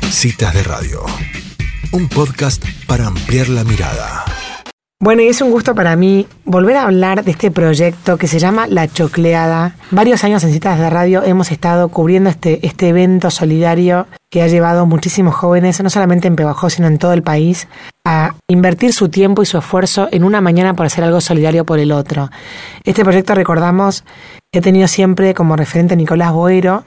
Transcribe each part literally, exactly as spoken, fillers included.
Citas de Radio, un podcast para ampliar la mirada. Bueno, y es un gusto para mí volver a hablar de este proyecto que se llama La Chocleada. Varios años en Citas de Radio hemos estado cubriendo este, este evento solidario que ha llevado a muchísimos jóvenes, no solamente en Pehuajó, sino en todo el país, a invertir su tiempo y su esfuerzo en una mañana por hacer algo solidario por el otro. Este proyecto, recordamos, que ha tenido siempre como referente a Nicolás Boero,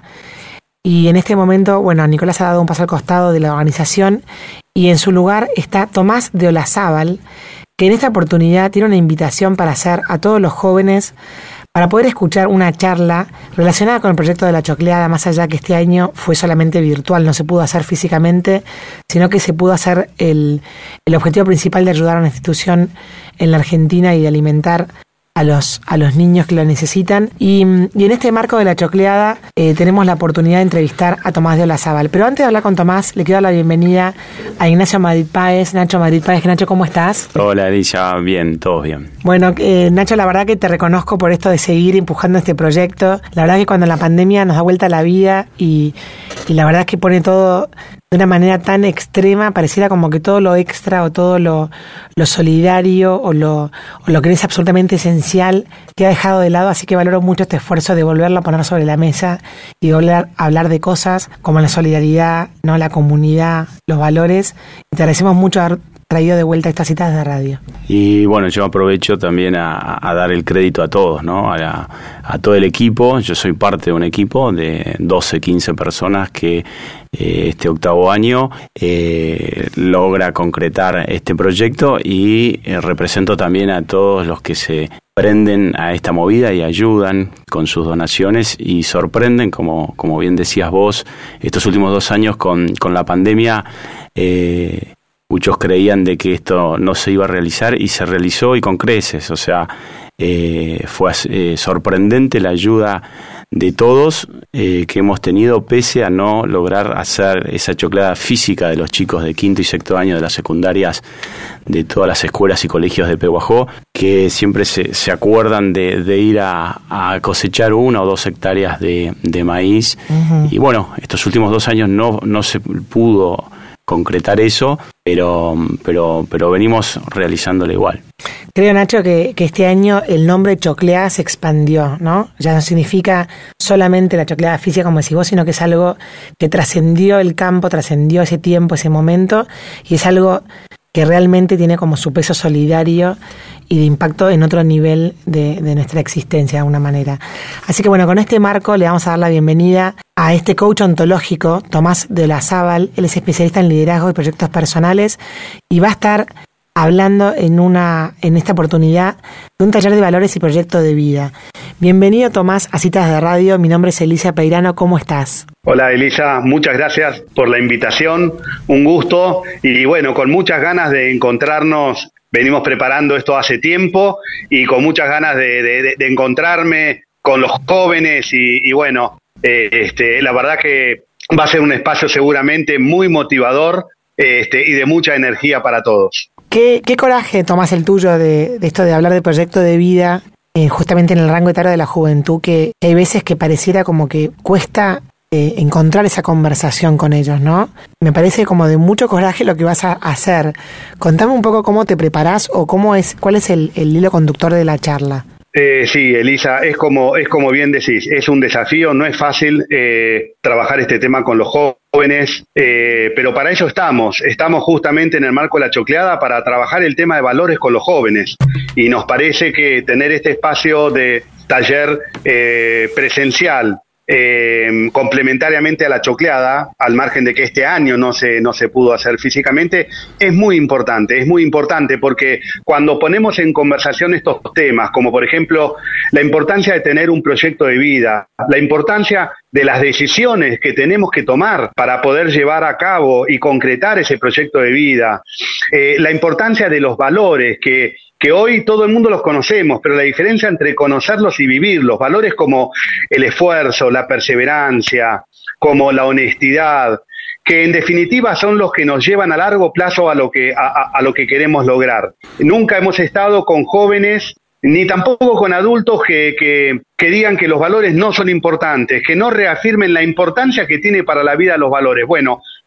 y en este momento, bueno, Nicolás ha dado un paso al costado de la organización y en su lugar está Tomás de Olazábal, que en esta oportunidad tiene una invitación para hacer a todos los jóvenes para poder escuchar una charla relacionada con el proyecto de La Chocleada, más allá que este año fue solamente virtual, no se pudo hacer físicamente, sino que se pudo hacer el, el objetivo principal de ayudar a una institución en la Argentina y de alimentar a los, a los niños que lo necesitan. Y, y en este marco de La Chocleada eh, tenemos la oportunidad de entrevistar a Tomás de Olazábal. Pero antes de hablar con Tomás, le quiero dar la bienvenida a Ignacio Madrid Páez. Nacho Madrid Páez. Nacho, ¿cómo estás? Hola, Elisa. Bien, todos bien. Bueno, eh, Nacho, la verdad que te reconozco por esto de seguir empujando este proyecto. La verdad que cuando la pandemia nos da vuelta a la vida y, y la verdad es que pone todo de una manera tan extrema, pareciera como que todo lo extra o todo lo, lo solidario o lo, o lo que es absolutamente esencial queda dejado de lado, así que valoro mucho este esfuerzo de volverlo a poner sobre la mesa y volver a hablar de cosas como la solidaridad, no, la comunidad, los valores. Y te agradecemos mucho haber traído de vuelta estas citas de radio. Y bueno, yo aprovecho también a, a dar el crédito a todos, ¿no? A, la, a todo el equipo. Yo soy parte de un equipo de doce, quince personas que eh, este octavo año eh, logra concretar este proyecto y eh, represento también a todos los que se prenden a esta movida y ayudan con sus donaciones y sorprenden, como, como bien decías vos, estos últimos dos años con, con la pandemia. Eh, Muchos creían de que esto no se iba a realizar y se realizó y con creces. O sea, eh, fue eh, sorprendente la ayuda de todos eh, que hemos tenido, pese a no lograr hacer esa chocleada física de los chicos de quinto y sexto año de las secundarias de todas las escuelas y colegios de Pehuajó, que siempre se, se acuerdan de, de ir a, a cosechar una o dos hectáreas de, de maíz. Uh-huh. Y bueno, estos últimos dos años no, no se pudo concretar eso, pero pero pero venimos realizándolo igual. Creo, Nacho, que, que este año el nombre Chocleada se expandió, ¿no? Ya no significa solamente la chocleada física, como decís vos, sino que es algo que trascendió el campo, trascendió ese tiempo, ese momento, y es algo que realmente tiene como su peso solidario y de impacto en otro nivel de, de nuestra existencia, de alguna manera. Así que bueno, con este marco le vamos a dar la bienvenida a este coach ontológico, Tomás de Olazábal. Él es especialista en liderazgo y proyectos personales y va a estar hablando en una en esta oportunidad de un taller de valores y proyecto de vida. Bienvenido, Tomás, a Citas de Radio. Mi nombre es Elisa Peirano. ¿Cómo estás? Hola, Elisa. Muchas gracias por la invitación. Un gusto. Y bueno, con muchas ganas de encontrarnos. Venimos preparando esto hace tiempo y con muchas ganas de, de, de encontrarme con los jóvenes y, y bueno, eh, este, la verdad que va a ser un espacio seguramente muy motivador este, y de mucha energía para todos. ¿Qué, qué coraje, Tomás, el tuyo de, de esto de hablar de proyecto de vida, eh, justamente en el rango etario de la juventud, que hay veces que pareciera como que cuesta eh, encontrar esa conversación con ellos, ¿no? Me parece como de mucho coraje lo que vas a hacer. Contame un poco cómo te preparás o cómo es, cuál es el, el hilo conductor de la charla. Eh, sí, Elisa, es como es como bien decís, es un desafío, no es fácil eh, trabajar este tema con los jóvenes, eh, pero para eso estamos, estamos justamente en el marco de La Chocleada para trabajar el tema de valores con los jóvenes y nos parece que tener este espacio de taller eh, presencial Eh, complementariamente a La Chocleada, al margen de que este año no se, no se pudo hacer físicamente, es muy importante, es muy importante porque cuando ponemos en conversación estos temas, como por ejemplo la importancia de tener un proyecto de vida, la importancia de las decisiones que tenemos que tomar para poder llevar a cabo y concretar ese proyecto de vida, eh, la importancia de los valores que que hoy todo el mundo los conocemos, pero la diferencia entre conocerlos y vivirlos, valores como el esfuerzo, la perseverancia, como la honestidad, que en definitiva son los que nos llevan a largo plazo a lo que, a, a lo que queremos lograr. Nunca hemos estado con jóvenes ni tampoco con adultos que, que, que digan que los valores no son importantes, que no reafirmen la importancia que tiene para la vida los valores. Bueno,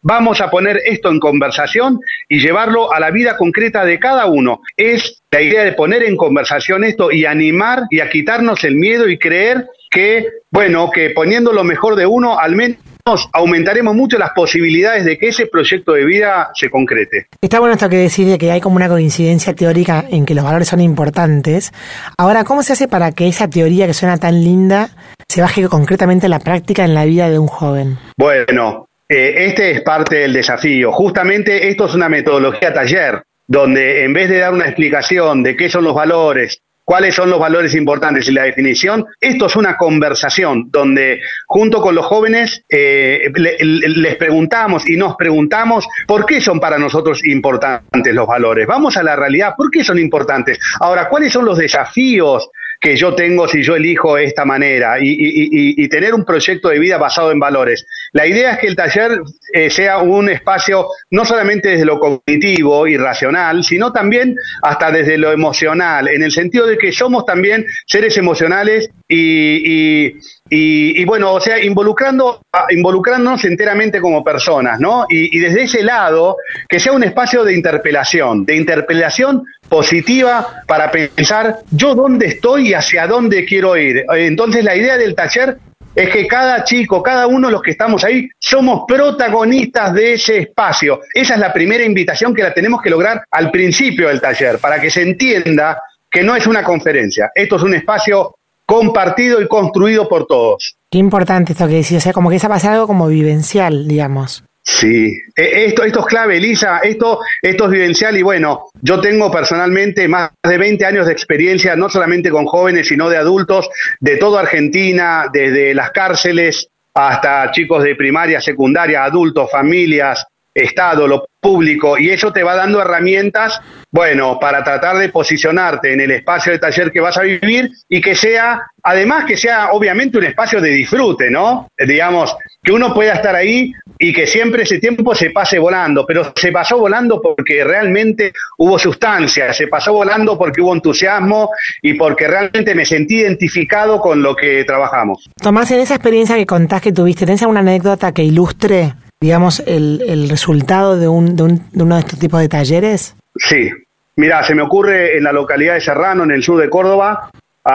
vamos a poner esto en conversación y llevarlo a la vida concreta de cada uno. Es la idea de poner en conversación esto y animar y a quitarnos el miedo y creer que, bueno, que poniendo lo mejor de uno, al menos aumentaremos mucho las posibilidades de que ese proyecto de vida se concrete. Está bueno esto que decís de que hay como una coincidencia teórica en que los valores son importantes. Ahora, ¿cómo se hace para que esa teoría que suena tan linda se baje concretamente a la práctica en la vida de un joven? Bueno, eh, este es parte del desafío. Justamente esto es una metodología taller, donde en vez de dar una explicación de qué son los valores, cuáles son los valores importantes y la definición, esto es una conversación donde junto con los jóvenes eh, le, le, les preguntamos y nos preguntamos por qué son para nosotros importantes los valores. Vamos a la realidad, ¿por qué son importantes? Ahora, ¿cuáles son los desafíos que yo tengo si yo elijo esta manera y, y, y, y tener un proyecto de vida basado en valores? La idea es que el taller eh, sea un espacio no solamente desde lo cognitivo y racional, sino también hasta desde lo emocional, en el sentido de que somos también seres emocionales y, y, y, y bueno, o sea, involucrando, involucrándonos enteramente como personas, ¿no? Y, y desde ese lado, que sea un espacio de interpelación, de interpelación positiva para pensar yo dónde estoy y hacia dónde quiero ir. Entonces la idea del taller es que cada chico, cada uno de los que estamos ahí, somos protagonistas de ese espacio. Esa es la primera invitación que la tenemos que lograr al principio del taller, para que se entienda que no es una conferencia, esto es un espacio compartido y construido por todos. Qué importante esto que decís, o sea, como que esa va a ser algo como vivencial, digamos. Sí, esto, esto es clave, Elisa, esto, esto es vivencial y bueno, yo tengo personalmente más de veinte años de experiencia, no solamente con jóvenes, sino de adultos de toda Argentina, desde las cárceles hasta chicos de primaria, secundaria, adultos, familias, Estado, lo público, y eso te va dando herramientas, bueno, para tratar de posicionarte en el espacio de taller que vas a vivir y que sea, además que sea obviamente un espacio de disfrute, ¿no? Digamos, que uno pueda estar ahí y que siempre ese tiempo se pase volando, pero se pasó volando porque realmente hubo sustancia, se pasó volando porque hubo entusiasmo y porque realmente me sentí identificado con lo que trabajamos. Tomás, en esa experiencia que contás que tuviste, ¿tenés alguna anécdota que ilustre, digamos, el, el resultado de, un, de, un, de uno de estos tipos de talleres? Sí, mirá, se me ocurre en la localidad de Serrano, en el sur de Córdoba.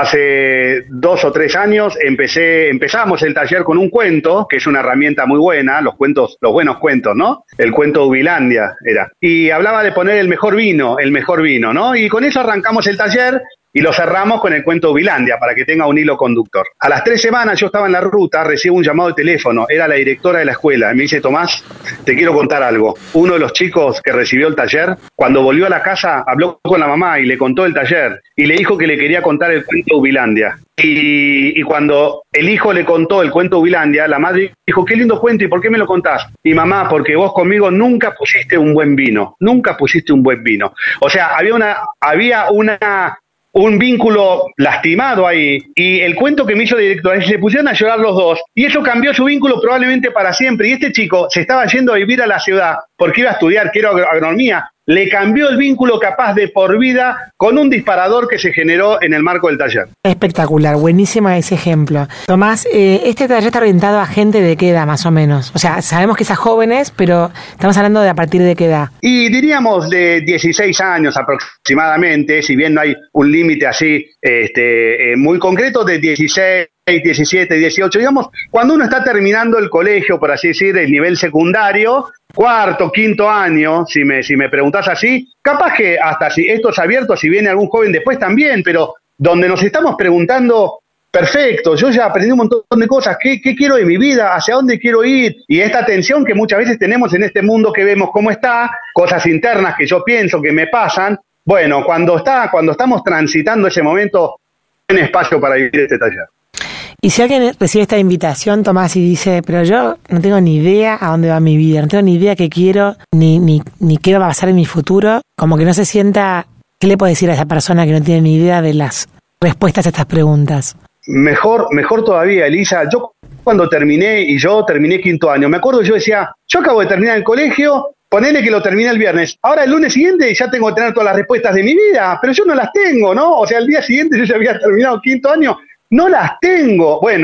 Hace dos o tres años empecé, empezamos el taller con un cuento, que es una herramienta muy buena, los cuentos, los buenos cuentos, ¿no? El cuento Ubilandia era. Y hablaba de poner el mejor vino, el mejor vino, ¿no? Y con eso arrancamos el taller y lo cerramos con el cuento Ubilandia, para que tenga un hilo conductor. A las tres semanas yo estaba en la ruta, recibo un llamado de teléfono, era la directora de la escuela, y me dice: Tomás, te quiero contar algo. Uno de los chicos que recibió el taller, cuando volvió a la casa, habló con la mamá y le contó el taller, y le dijo que le quería contar el cuento Ubilandia. Y, y cuando el hijo le contó el cuento Ubilandia, la madre dijo: qué lindo cuento, ¿y por qué me lo contás? Y mamá, porque vos conmigo nunca pusiste un buen vino, nunca pusiste un buen vino. O sea, había una, había una... un vínculo lastimado ahí, y el cuento que me hizo directo es que se pusieron a llorar los dos, y eso cambió su vínculo probablemente para siempre, y este chico se estaba yendo a vivir a la ciudad porque iba a estudiar, quiero agronomía, le cambió el vínculo capaz de por vida con un disparador que se generó en el marco del taller. Espectacular, buenísima ese ejemplo. Tomás, eh, este taller está orientado a gente de qué edad más o menos, o sea, sabemos que es a jóvenes, pero estamos hablando de a partir de qué edad. Y diríamos de dieciséis años aproximadamente, si bien no hay un límite así este, eh, muy concreto, de dieciséis, diecisiete, dieciocho, digamos, cuando uno está terminando el colegio, por así decir, el nivel secundario, cuarto, quinto año, si me, si me preguntás así, capaz que hasta si esto es abierto, si viene algún joven después también, pero donde nos estamos preguntando, perfecto, yo ya aprendí un montón de cosas, ¿qué, qué quiero de mi vida? ¿Hacia dónde quiero ir? Y esta tensión que muchas veces tenemos en este mundo que vemos cómo está, cosas internas que yo pienso que me pasan, bueno, cuando está, cuando estamos transitando ese momento, hay un espacio para vivir este taller. Y si alguien recibe esta invitación, Tomás, y dice, pero yo no tengo ni idea a dónde va mi vida, no tengo ni idea qué quiero, ni, ni, ni qué va a pasar en mi futuro, como que no se sienta, ¿qué le puede decir a esa persona que no tiene ni idea de las respuestas a estas preguntas? Mejor, mejor todavía, Elisa, yo cuando terminé, y yo terminé quinto año, me acuerdo, yo decía, yo acabo de terminar el colegio, ponele que lo terminé el viernes, ahora el lunes siguiente ya tengo que tener todas las respuestas de mi vida, pero yo no las tengo, ¿no? O sea, el día siguiente yo ya había terminado quinto año, no las tengo. Bueno,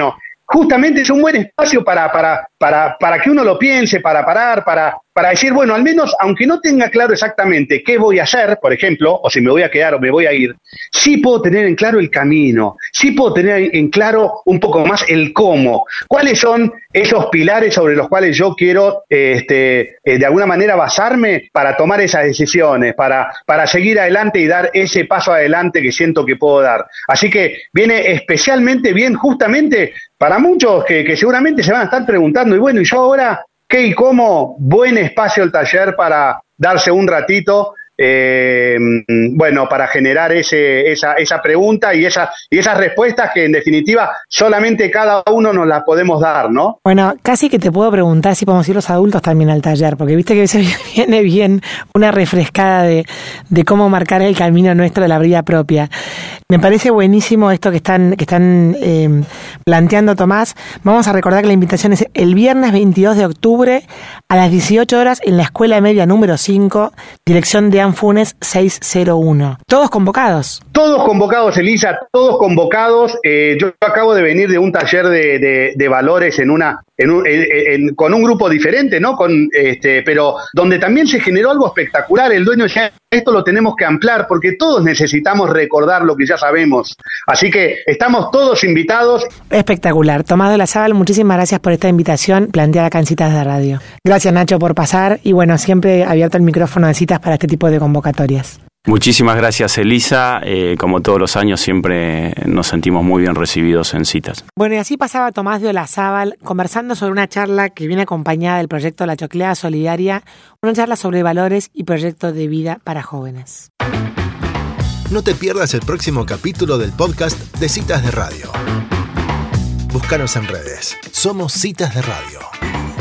justamente es un buen espacio para, para, para, para que uno lo piense, para parar, para, para decir, bueno, al menos, aunque no tenga claro exactamente qué voy a hacer, por ejemplo, o si me voy a quedar o me voy a ir, sí puedo tener en claro el camino, sí puedo tener en claro un poco más el cómo, cuáles son esos pilares sobre los cuales yo quiero, este, eh, de alguna manera basarme para tomar esas decisiones, para, para seguir adelante y dar ese paso adelante que siento que puedo dar. Así que viene especialmente bien justamente para muchos que, que seguramente se van a estar preguntando, y bueno, ¿y yo ahora qué y cómo? Buen espacio el taller para darse un ratito, eh, bueno, para generar ese, esa, esa pregunta y, esa, y esas respuestas que en definitiva solamente cada uno nos las podemos dar, ¿no? Bueno, casi que te puedo preguntar si podemos ir los adultos también al taller, porque viste que a veces viene bien una refrescada de, de cómo marcar el camino nuestro de la vida propia. Me parece buenísimo esto que están, que están eh, planteando, Tomás. Vamos a recordar que la invitación es el viernes veintidós de octubre a las dieciocho horas en la Escuela Media número cinco, dirección de Anfunes seiscientos uno. ¿Todos convocados? Todos convocados, Elisa, todos convocados. Eh, yo acabo de venir de un taller de, de, de valores en una, en un, en, en, con un grupo diferente, ¿no? Con, este, pero donde también se generó algo espectacular. El dueño decía, esto lo tenemos que ampliar porque todos necesitamos recordar lo que ya sabemos. Así que estamos todos invitados. Espectacular. Tomás de la Sábal, muchísimas gracias por esta invitación planteada acá en Citas de Radio. Gracias, Nacho, por pasar y bueno, siempre abierto el micrófono de citas para este tipo de convocatorias. Muchísimas gracias, Elisa. Eh, como todos los años, siempre nos sentimos muy bien recibidos en Citas. Bueno, y así pasaba Tomás de Olazábal conversando sobre una charla que viene acompañada del proyecto La Chocleada Solidaria, una charla sobre valores y proyectos de vida para jóvenes. No te pierdas el próximo capítulo del podcast de Citas de Radio. Búscanos en redes. Somos Citas de Radio.